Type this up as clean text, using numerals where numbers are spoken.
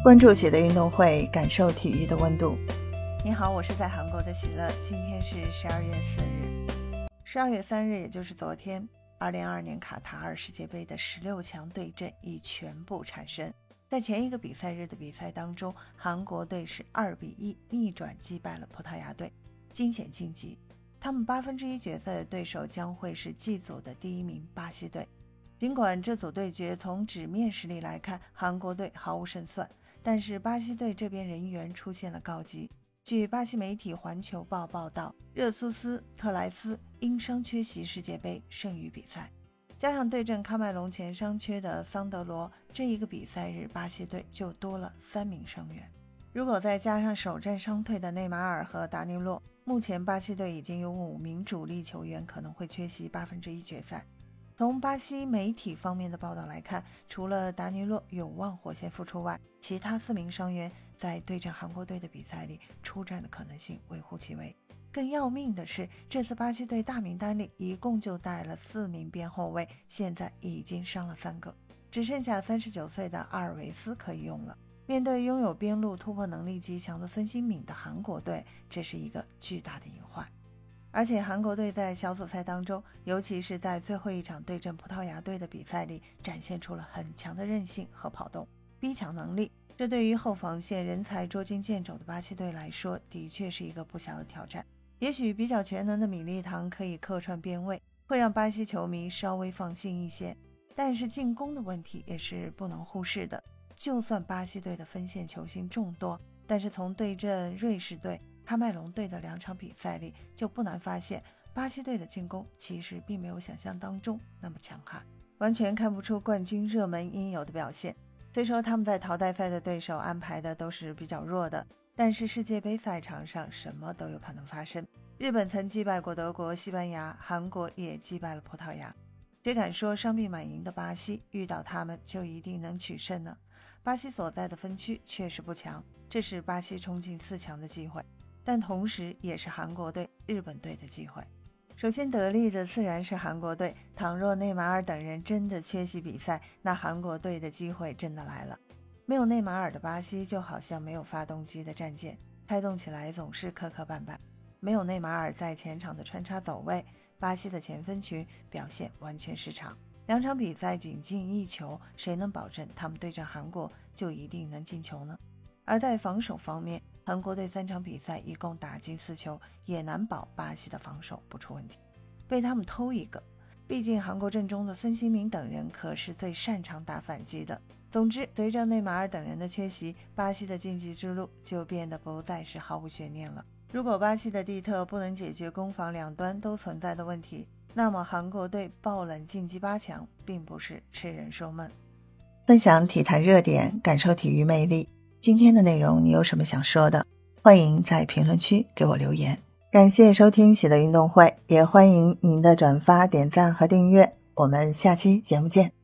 关注喜乐运动会，感受体育的温度。你好，我是在韩国的喜乐，今天是12月4日。12月3日，也就是昨天，2022年卡塔尔世界杯的16强对阵已全部产生。在前一个比赛日的比赛当中，韩国队是2-1逆转击败了葡萄牙队，惊险晋级。他们1/8决赛的对手将会是G组的第1名巴西队。尽管这组对决从纸面实力来看，韩国队毫无胜算，但是巴西队这边人员出现了告急。据巴西媒体《环球报》报道，热苏斯特莱斯因伤缺席世界杯，剩余比赛。加上对阵喀麦隆前伤缺的桑德罗，这一个比赛日巴西队就多了3名伤员。如果再加上首战伤退的内马尔和达尼洛，目前巴西队已经有5名主力球员可能会缺席1/8决赛。从巴西媒体方面的报道来看，除了达尼洛有望火线复出外，其他4名伤员在对阵韩国队的比赛里出战的可能性微乎其微。更要命的是，这次巴西队大名单里一共就带了4名边后卫，现在已经伤了3个，只剩下39岁的阿尔维斯可以用了。面对拥有边路突破能力极强的孙兴敏的韩国队，这是一个巨大的隐患。而且韩国队在小组赛当中，尤其是在最后一场对阵葡萄牙队的比赛里，展现出了很强的韧性和跑动、逼抢能力。这对于后防线人才捉襟见肘的巴西队来说，的确是一个不小的挑战。也许比较全能的米利唐可以客串边卫，会让巴西球迷稍微放心一些。但是进攻的问题也是不能忽视的。就算巴西队的分线球星众多，但是从对阵瑞士队、喀麦隆队的2场比赛里，就不难发现巴西队的进攻其实并没有想象当中那么强悍，完全看不出冠军热门应有的表现。虽说他们在淘汰赛的对手安排的都是比较弱的，但是世界杯赛场上什么都有可能发生。日本曾击败过德国、西班牙，韩国也击败了葡萄牙。谁敢说伤病满营的巴西遇到他们就一定能取胜呢？巴西所在的分区确实不强，这是巴西冲进4强的机会，但同时也是韩国队、日本队的机会。首先得利的自然是韩国队，倘若内马尔等人真的缺席比赛，那韩国队的机会真的来了。没有内马尔的巴西就好像没有发动机的战舰，开动起来总是磕磕绊绊。没有内马尔在前场的穿插走位，巴西的前锋群表现完全失常。2场比赛仅进1球，谁能保证他们对阵韩国就一定能进球呢？而在防守方面，韩国队3场比赛一共打进4球，也难保巴西的防守不出问题，被他们偷1个。毕竟韩国阵中的孙兴民等人可是最擅长打反击的。总之，随着内马尔等人的缺席，巴西的晋级之路就变得不再是毫无悬念了。如果巴西的蒂特不能解决攻防两端都存在的问题，那么韩国队爆冷晋级8强并不是痴人说梦。分享体坛热点，感受体育魅力。今天的内容你有什么想说的？欢迎在评论区给我留言。感谢收听喜乐运动会，也欢迎您的转发、点赞和订阅。我们下期节目见。